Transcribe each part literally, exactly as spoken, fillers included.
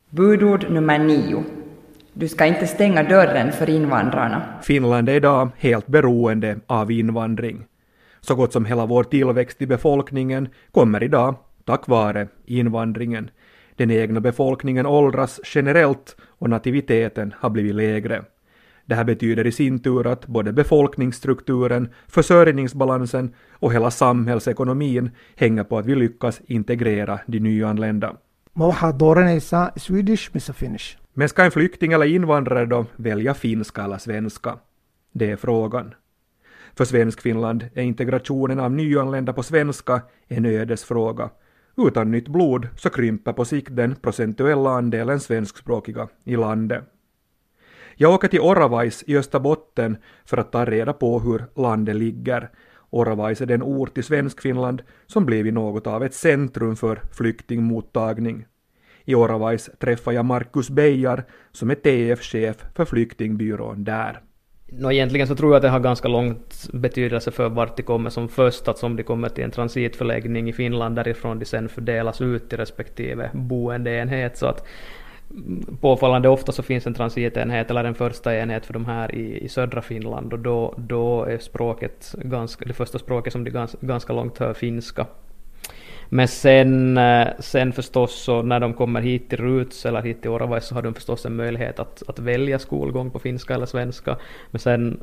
Budord nummer nio. Du ska inte stänga dörren för invandrarna. Finland är idag helt beroende av invandring. Så gott som hela vår tillväxt i befolkningen kommer idag tack vare invandringen. Den egna befolkningen åldras generellt och nativiteten har blivit lägre. Det här betyder i sin tur att både befolkningsstrukturen, försörjningsbalansen och hela samhällsekonomin hänger på att vi lyckas integrera de nyanlända. Swedish mise Finnish. Men ska en flykting eller invandrare då välja finska eller svenska? Det är frågan. För Svensk Finland är integrationen av nyanlända på svenska en ödesfråga. Utan nytt blod så krymper på sikt den procentuella andelen svenskspråkiga i landet. Jag åker till Oravais i Österbotten för att ta reda på hur landet ligger. Oravais är den ort i Svenskfinland som blivit något av ett centrum för flyktingmottagning. I Oravais träffar jag Markus Beijar som är T F-chef för flyktingbyrån där. Nå, egentligen så tror jag att det har ganska långt betydelse för vart de kommer som först, att som de kommer till en transitförläggning i Finland därifrån de sen fördelas ut till respektive boendeenhet, så att påfallande ofta så finns en transitenhet eller en första enhet för de här i, i södra Finland, och då, då är språket ganska, det första språket som de ganska, ganska långt hör finska. Men sen, sen förstås så när de kommer hit till Ruts eller hit till Oravais så har de förstås en möjlighet att, att välja skolgång på finska eller svenska. Men sen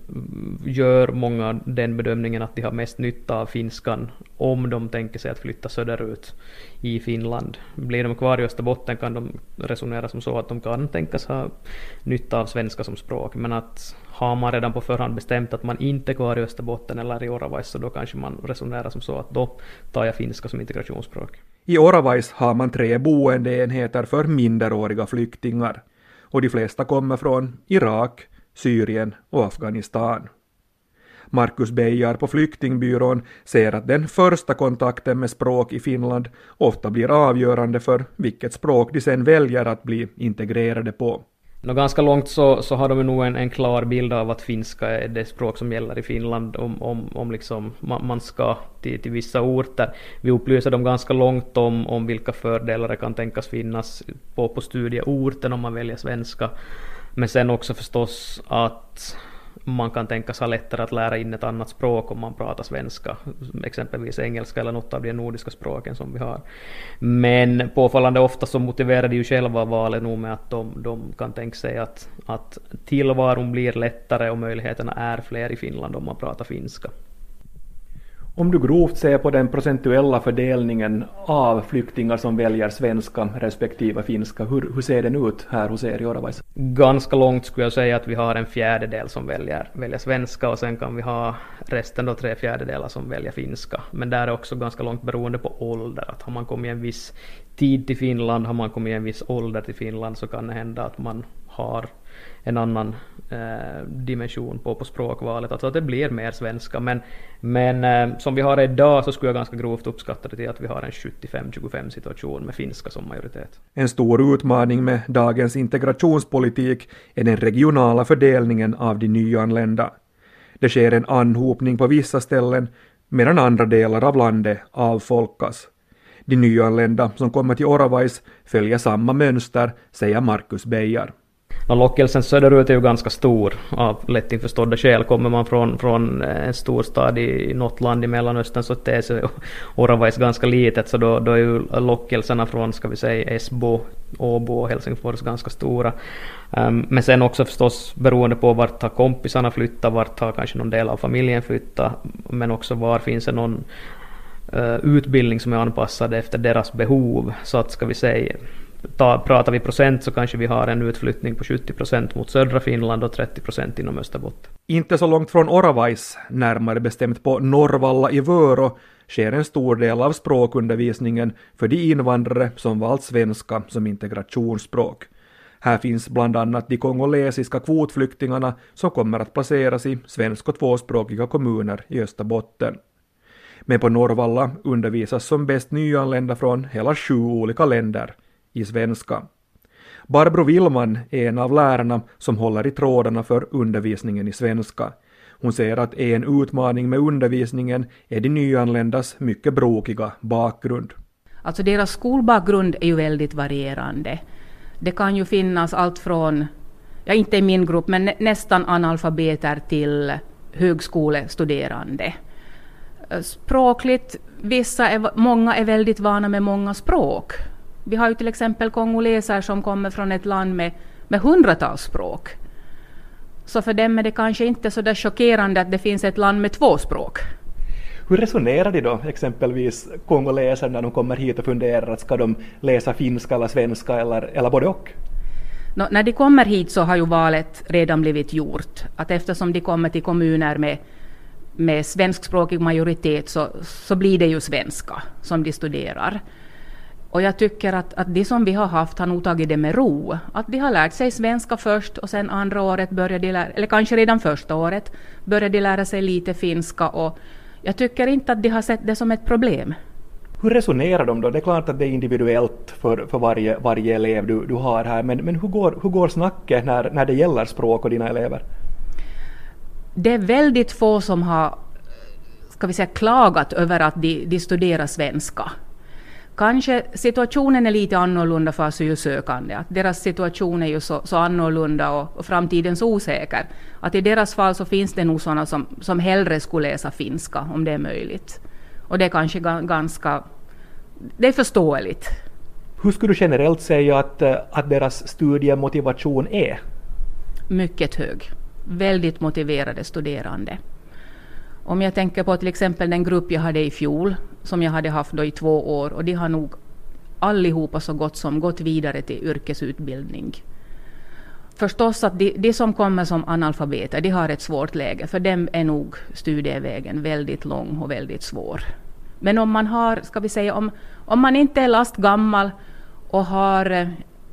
gör många den bedömningen att de har mest nytta av finskan om de tänker sig att flytta söderut i Finland. Blir de kvar i Österbotten kan de resonera som så att de kan tänkas ha nytta av svenska som språk. Men att har man redan på förhand bestämt att man inte är kvar i Österbotten eller i Oravais, så då kanske man resonerar som så att då tar jag finska som integrationsspråk. I Oravais har man tre boendeenheter för minderåriga flyktingar, och de flesta kommer från Irak, Syrien och Afghanistan. Markus Beijar på flyktingbyrån säger att den första kontakten med språk i Finland ofta blir avgörande för vilket språk de sen väljer att bli integrerade på. Nå, ganska långt så, så har de nog en, en klar bild av att finska är det språk som gäller i Finland om, om, om liksom man, man ska till, till vissa orter. Vi upplyser dem ganska långt om, om vilka fördelar det kan tänkas finnas på, på studieorten om man väljer svenska. Men sen också förstås att man kan tänkas ha lättare att lära in ett annat språk om man pratar svenska, exempelvis engelska eller något av de nordiska språken som vi har. Men påfallande ofta så motiverar de ju själva valet nog med att de, de kan tänka sig att, att tillvaron blir lättare och möjligheterna är fler i Finland om man pratar finska. Om du grovt ser på den procentuella fördelningen av flyktingar som väljer svenska respektive finska, hur, hur ser den ut här hos er i Oravais? Ganska långt skulle jag säga att vi har en fjärdedel som väljer, väljer svenska, och sen kan vi ha resten då tre fjärdedelar som väljer finska. Men där är också ganska långt beroende på ålder. Att har man kommit en viss tid till Finland, har man kommit en viss ålder till Finland, så kan det hända att man har en annan eh, dimension på, på språkvalet, alltså att det blir mer svenska. Men, men eh, som vi har idag så skulle jag ganska grovt uppskatta det till att vi har en sjuttiofem tjugofem situation med finska som majoritet. En stor utmaning med dagens integrationspolitik är den regionala fördelningen av de nyanlända. Det sker en anhopning på vissa ställen medan andra delar av landet avfolkas. De nyanlända som kommer till Oravais följer samma mönster, säger Markus Beijar. Lockelsen söderut är ju ganska stor av lättinförstådda skäl. Kommer man från, från en stor stad i något land i Mellanöstern så är sig Oravais ganska litet, så då, då är ju lockelserna från, ska vi säga, Esbo, Åbo och Helsingfors ganska stora. Um, men sen också förstås beroende på vart har kompisarna flyttat, vart har kanske någon del av familjen flyttat, men också var finns det någon uh, utbildning som är anpassad efter deras behov. Så att, ska vi säga, Ta, pratar vi procent så kanske vi har en utflyttning på sjuttio procent mot södra Finland och trettio procent inom Österbotten. Inte så långt från Oravais, närmare bestämt på Norrvalla i Vörå, sker en stor del av språkundervisningen för de invandrare som valt svenska som integrationsspråk. Här finns bland annat de kongolesiska kvotflyktingarna som kommer att placeras i svensk- och tvåspråkiga kommuner i Österbotten. Men på Norrvalla undervisas som bäst nyanlända från hela sju olika länder i svenska. Barbro Willman är en av lärarna som håller i trådarna för undervisningen i svenska. Hon säger att en utmaning med undervisningen är de nyanländas mycket brokiga bakgrund. Alltså deras skolbakgrund är ju väldigt varierande. Det kan ju finnas allt från, ja inte i min grupp, men nä, nästan analfabeter till högskolestuderande. Språkligt, vissa är, många är väldigt vana med många språk. Vi har ju till exempel kongoleser som kommer från ett land med, med hundratals språk. Så för dem är det kanske inte så där chockerande att det finns ett land med två språk. Hur resonerar de då, exempelvis kongoleser, när de kommer hit och funderar att ska de läsa finska eller svenska eller, eller både och? Nå, när de kommer hit så har ju valet redan blivit gjort. Att eftersom de kommer till kommuner med, med svenskspråkig majoritet så, så blir det ju svenska som de studerar. Och jag tycker att, att de som vi har haft har nog tagit det med ro. Att de har lärt sig svenska först och sen andra året börjar de lära, eller kanske redan första året börjar de lära sig lite finska, och jag tycker inte att de har sett det som ett problem. Hur resonerar de då? Det är klart att det är individuellt för, för varje, varje elev du, du har här, men, men hur, går, hur går snacket när, när det gäller språk och dina elever? Det är väldigt få som har, ska vi säga, klagat över att de, de studerar svenska. Kanske situationen är lite annorlunda för asylsökande, att deras situation är ju så, så annorlunda och, och framtiden så osäker. Att i deras fall så finns det nog sådana som, som hellre skulle läsa finska om det är möjligt. Och det är kanske ganska, det är förståeligt. Hur skulle du generellt säga att, att deras studiemotivation är? Mycket hög. Väldigt motiverade studerande. Om jag tänker på till exempel den grupp jag hade i fjol, som jag hade haft då i två år, och de har nog allihopa så gott som gått vidare till yrkesutbildning. Förstås att de, de som kommer som analfabeter, de har ett svårt läge, för dem är nog studievägen väldigt lång och väldigt svår. Men om man har, ska vi säga, om, om man inte är lastgammal och har,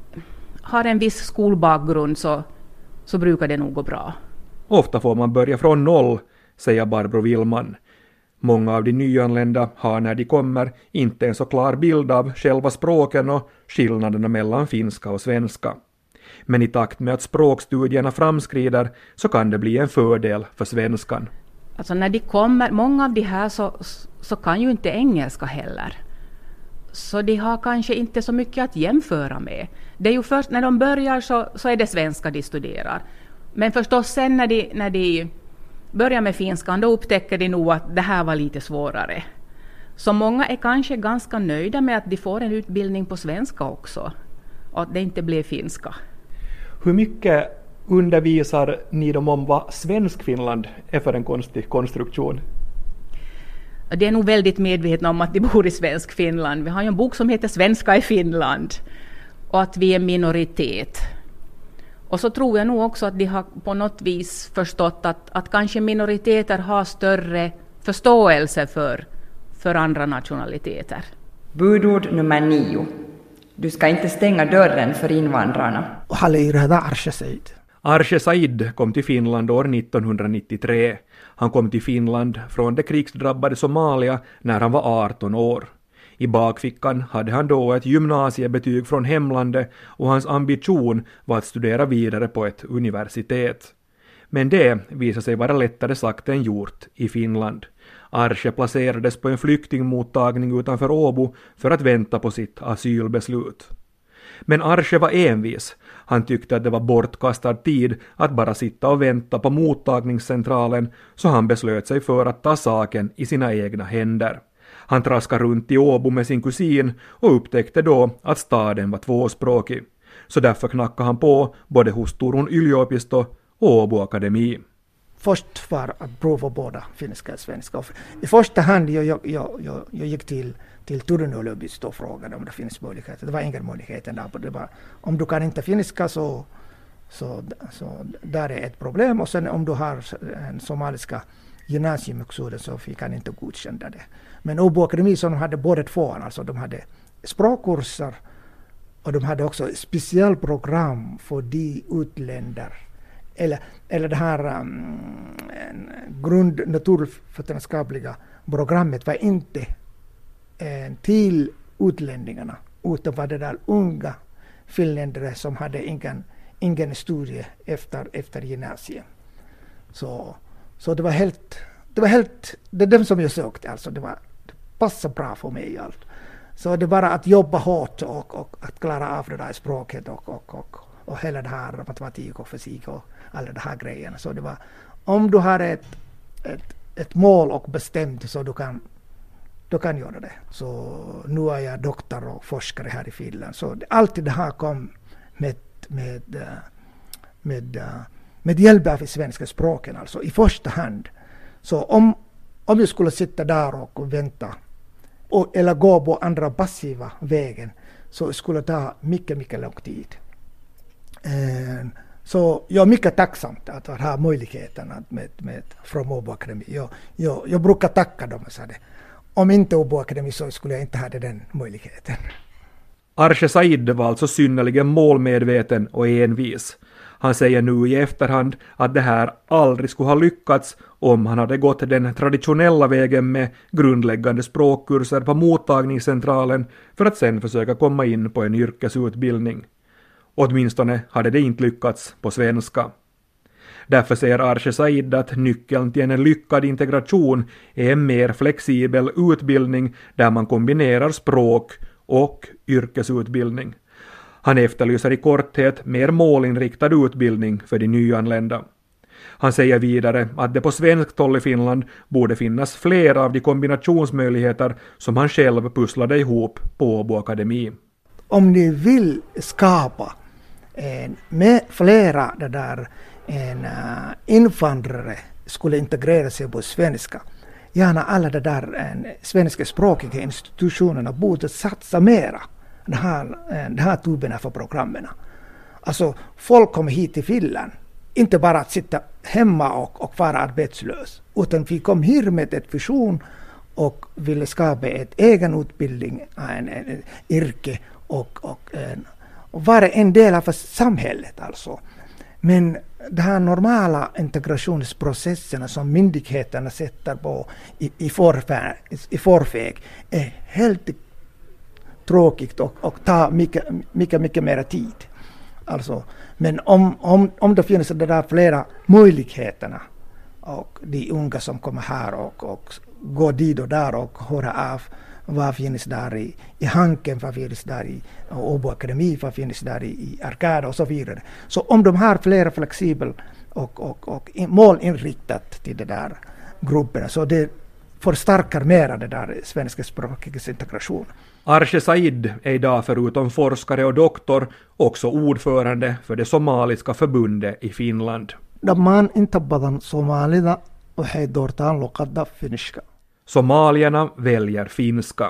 har en viss skolbakgrund så, så brukar det nog gå bra. Ofta får man börja från noll, säger Barbro Willman. Många av de nyanlända har när de kommer inte en så klar bild av själva språken och skillnaderna mellan finska och svenska. Men i takt med att språkstudierna framskrider så kan det bli en fördel för svenskan. Alltså när de kommer, många av de här så, så kan ju inte engelska heller. Så de har kanske inte så mycket att jämföra med. Det är ju först när de börjar så, så är det svenska de studerar. Men förstås sen när de, när de börjar med finskan, då upptäcker de nog att det här var lite svårare. Så många är kanske ganska nöjda med att de får en utbildning på svenska också. Och att det inte blir finska. Hur mycket undervisar ni dem om vad Svensk-Finland är för en konstig konstruktion? Det är nog väldigt medvetna om att de bor i Svensk-Finland. Vi har ju en bok som heter Svenska i Finland. Och att vi är minoritet. Och så tror jag nog också att de har på något vis förstått att, att kanske minoriteter har större förståelse för, för andra nationaliteter. Budord nummer nio. Du ska inte stänga dörren för invandrarna. Arshe Said kom till Finland år nittonhundranittiotre. Han kom till Finland från det krigsdrabbade Somalia när han var arton år. I bakfickan hade han då ett gymnasiebetyg från hemlandet och hans ambition var att studera vidare på ett universitet. Men det visade sig vara lättare sagt än gjort i Finland. Arshe placerades på en flyktingmottagning utanför Åbo för att vänta på sitt asylbeslut. Men Arshe var envis. Han tyckte att det var bortkastad tid att bara sitta och vänta på mottagningscentralen, så han beslöt sig för att ta saken i sina egna händer. Han traskade runt i Åbo med sin kusin och upptäckte då att staden var tvåspråkig. Så därför knackade han på både hos Turun yliopisto och Åbo akademi. Först var att prova båda finska och svenska. I första hand jag, jag, jag, jag gick till, till Turun yliopisto och frågade om det finns möjligheter. Det var ingen möjlighet där. Det var, om du kan inte finska så, så, så där är ett problem. Och sen om du har en somaliska gymnasiemexoden så fick han inte godkända det. Men Åbo akademi som hade båda två, alltså de hade språkkurser och de hade också specialprogram för de utländare. Eller, eller det här um, grund naturvetenskapliga programmet var inte eh, till utlänningarna, utan var det där unga finländare som hade ingen, ingen studie efter, efter gymnasiet. Så, så det var helt, det var helt, det är dem som jag sökte, alltså det var, det passade bra för mig allt. Så det är bara att jobba hårt och, och att klara av det där språket och, och, och, och hela det här matematik och fysik och alla de här grejerna. Så det var, om du har ett, ett, ett mål och bestämt så du kan, du kan göra det. Så nu är jag doktor och forskare här i Finland. Så det, alltid det här kom med, med, med, med, med hjälp av svenska språken, alltså i första hand. Så om, om jag skulle sitta där och vänta och, eller gå på andra passiva vägen så skulle det ta mycket, mycket lång tid. Eh, så jag är mycket tacksam att ha möjligheten att med, med från Åbo Akademi. Jag, jag, jag brukar tacka dem och säga det. Om inte Åbo Akademi så skulle jag inte ha den möjligheten. Arche Said var alltså synnerligen målmedveten och envis. Han säger nu i efterhand att det här aldrig skulle ha lyckats om han hade gått den traditionella vägen med grundläggande språkkurser på mottagningscentralen för att sen försöka komma in på en yrkesutbildning. Åtminstone hade det inte lyckats på svenska. Därför säger Arche Said att nyckeln till en lyckad integration är en mer flexibel utbildning där man kombinerar språk och yrkesutbildning. Han efterlyser i korthet mer målinriktad utbildning för de nyanlända. Han säger vidare att det på svenskt håll i Finland borde finnas fler av de kombinationsmöjligheter som han själv pusslade ihop på Åbo Akademi. Om ni vill skapa en, med flera det där, en uh, invandrare skulle integrera sig på svenska, gärna alla det där en, svenska språkiga institutionerna borde satsa mera den här, den här typen av programmen. Alltså folk kommer hit till Finland, inte bara att sitta hemma och, och vara arbetslös, utan vi kom hit med ett vision och ville skapa ett egen utbildning, en, en, en yrke och, och, en, och vara en del av samhället alltså. Men de här normala integrationsprocesserna som myndigheterna sätter på i, i, förväg, i förväg är helt tråkigt och, och tar mycket, mycket, mycket mer tid. Alltså, men om, om, om det finns det där flera möjligheterna och de unga som kommer här och, och går dit och där och höra av vad finns där i, i Hanken, vad finns där i Åbo Akademi, vad finns där i, i Arkada och så vidare. Så om de har flera flexibel och, och, och målinriktat till det där grupperna så det förstärker mera det där svenska språkets integration. Arche Said är idag förutom forskare och doktor också ordförande för det somaliska förbundet i Finland. Dhammaan inta badan Soomaalida waxay doortaan luqadda finniska. Somalierna väljer finska.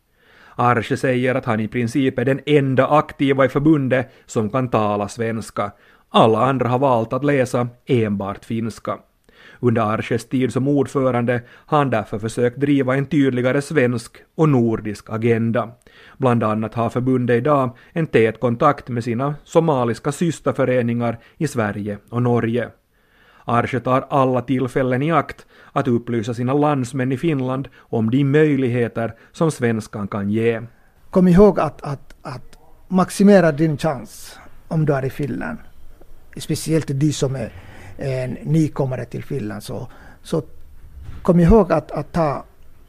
Arche säger att han i princip är den enda aktiva i förbundet som kan tala svenska. Alla andra har valt att läsa enbart finska. Under Arches tid som ordförande har han därför försökt driva en tydligare svensk och nordisk agenda. Bland annat har förbundet idag en tät kontakt med sina somaliska systerföreningar i Sverige och Norge. Arche tar alla tillfällen i akt att upplysa sina landsmän i Finland om de möjligheter som svenskan kan ge. Kom ihåg att, att, att maximera din chans om du är i Finland. Speciellt de som är en nykommare till Finland. Så, så kom ihåg att, att ta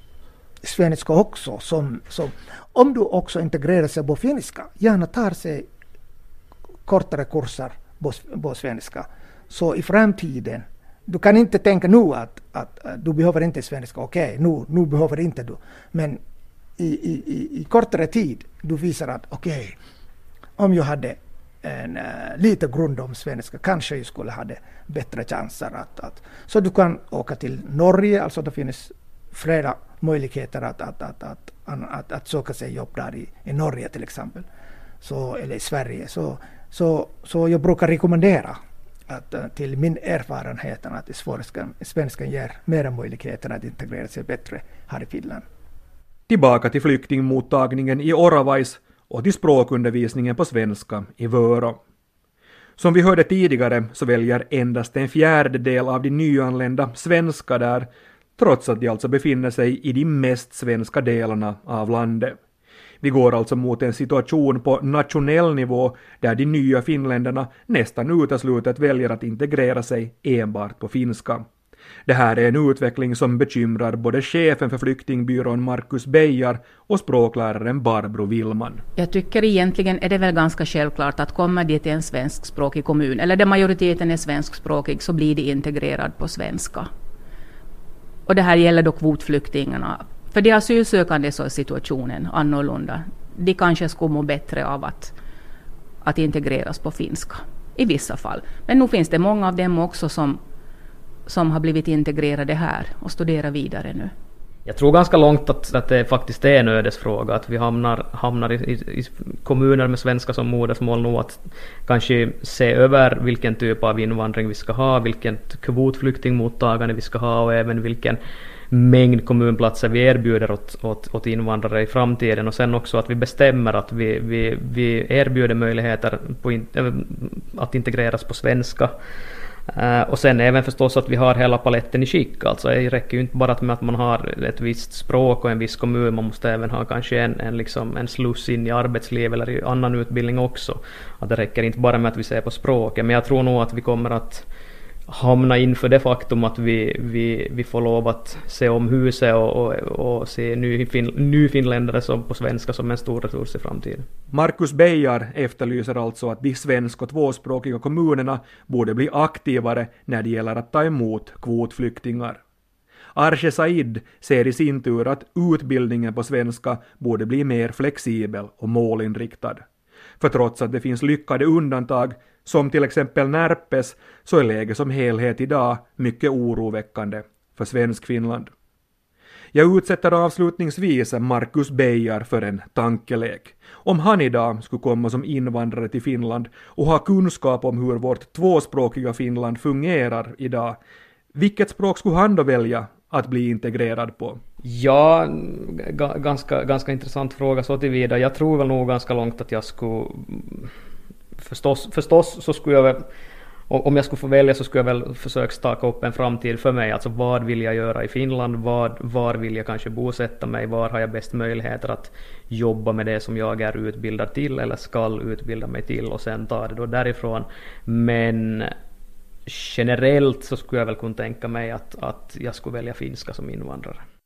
svenska också. Som, som, om du också integrerar sig på finska, gärna tar sig kortare kurser på, på svenska. Så i framtiden, du kan inte tänka nu att, att, att du behöver inte svenska, okej, okay, nu, nu behöver inte du. Men i, i, i, i kortare tid, du visar att okej, okay, om jag hade en uh, lite grund om svenska, kanske jag skulle ha bättre chanser att, att så du kan åka till Norge, alltså det finns flera möjligheter att, att, att, att, att, att, att söka sig jobb där i, i Norge till exempel, så, eller i Sverige. Så, så, så jag brukar rekommendera att, till min erfarenhet att svenskan, svenskan ger mer möjligheter att integrera sig bättre här i Finland. Tillbaka till flyktingmottagningen i Oravais och till språkundervisningen på svenska i Vörå. Som vi hörde tidigare så väljer endast en fjärdedel av de nyanlända svenska där, trots att de alltså befinner sig i de mest svenska delarna av landet. Vi går alltså mot en situation på nationell nivå där de nya finländarna nästan uteslutet väljer att integrera sig enbart på finska. Det här är en utveckling som bekymrar både chefen för flyktingbyrån Marcus Beijar och språkläraren Barbro Willman. Jag tycker egentligen är det väl ganska självklart att kommer det till en svenskspråkig kommun, eller där majoriteten är svenskspråkig, så blir det integrerad på svenska. Och det här gäller då kvotflyktingarna. För de asylsökande så är situationen annorlunda. De kanske skulle må bättre av att, att integreras på finska i vissa fall. Men nu finns det många av dem också som som har blivit integrerade här och studerar vidare nu. Jag tror ganska långt att, att det faktiskt är en ödesfråga, att vi hamnar, hamnar i, i, i kommuner med svenska som modersmål nu, att kanske se över vilken typ av invandring vi ska ha, vilken kvotflyktingmottagande vi ska ha och även vilken mängd kommunplatser vi erbjuder åt, åt, åt invandrare i framtiden, och sen också att vi bestämmer att vi, vi, vi erbjuder möjligheter på in, att integreras på svenska. Uh, och sen även förstås att vi har hela paletten i skick. Alltså det räcker ju inte bara med att man har ett visst språk och en viss kommun, man måste även ha kanske en, en, liksom en sluss in i arbetsliv eller i annan utbildning också. Att det räcker inte bara med att vi ser på språket, men jag tror nog att vi kommer att hamna inför det faktum att vi, vi, vi får lov att se om huset och, och, och se nyfinländare som på svenska som en stor resurs i framtiden. Marcus Beijar efterlyser alltså att de svensk- och tvåspråkiga kommunerna borde bli aktivare när det gäller att ta emot kvotflyktingar. Arche Said ser i sin tur att utbildningen på svenska borde bli mer flexibel och målinriktad. För trots att det finns lyckade undantag, som till exempel Närpes, så är läget som helhet idag mycket oroväckande för svensk Finland. Jag utsätter avslutningsvis Marcus Beijar för en tankelek. Om han idag skulle komma som invandrare till Finland och ha kunskap om hur vårt tvåspråkiga Finland fungerar idag, vilket språk skulle han då välja att bli integrerad på? Ja, g- ganska, ganska intressant fråga så tillvida. Jag tror väl nog ganska långt att jag skulle... Förstås, förstås så skulle jag väl... Om jag skulle få välja så skulle jag väl försöka staka upp en framtid för mig. Alltså vad vill jag göra i Finland? Var, var vill jag kanske bosätta mig? Var har jag bäst möjligheter att jobba med det som jag är utbildad till eller ska utbilda mig till, och sen ta det då därifrån. Men generellt så skulle jag väl kunna tänka mig att, att jag skulle välja finska som invandrare.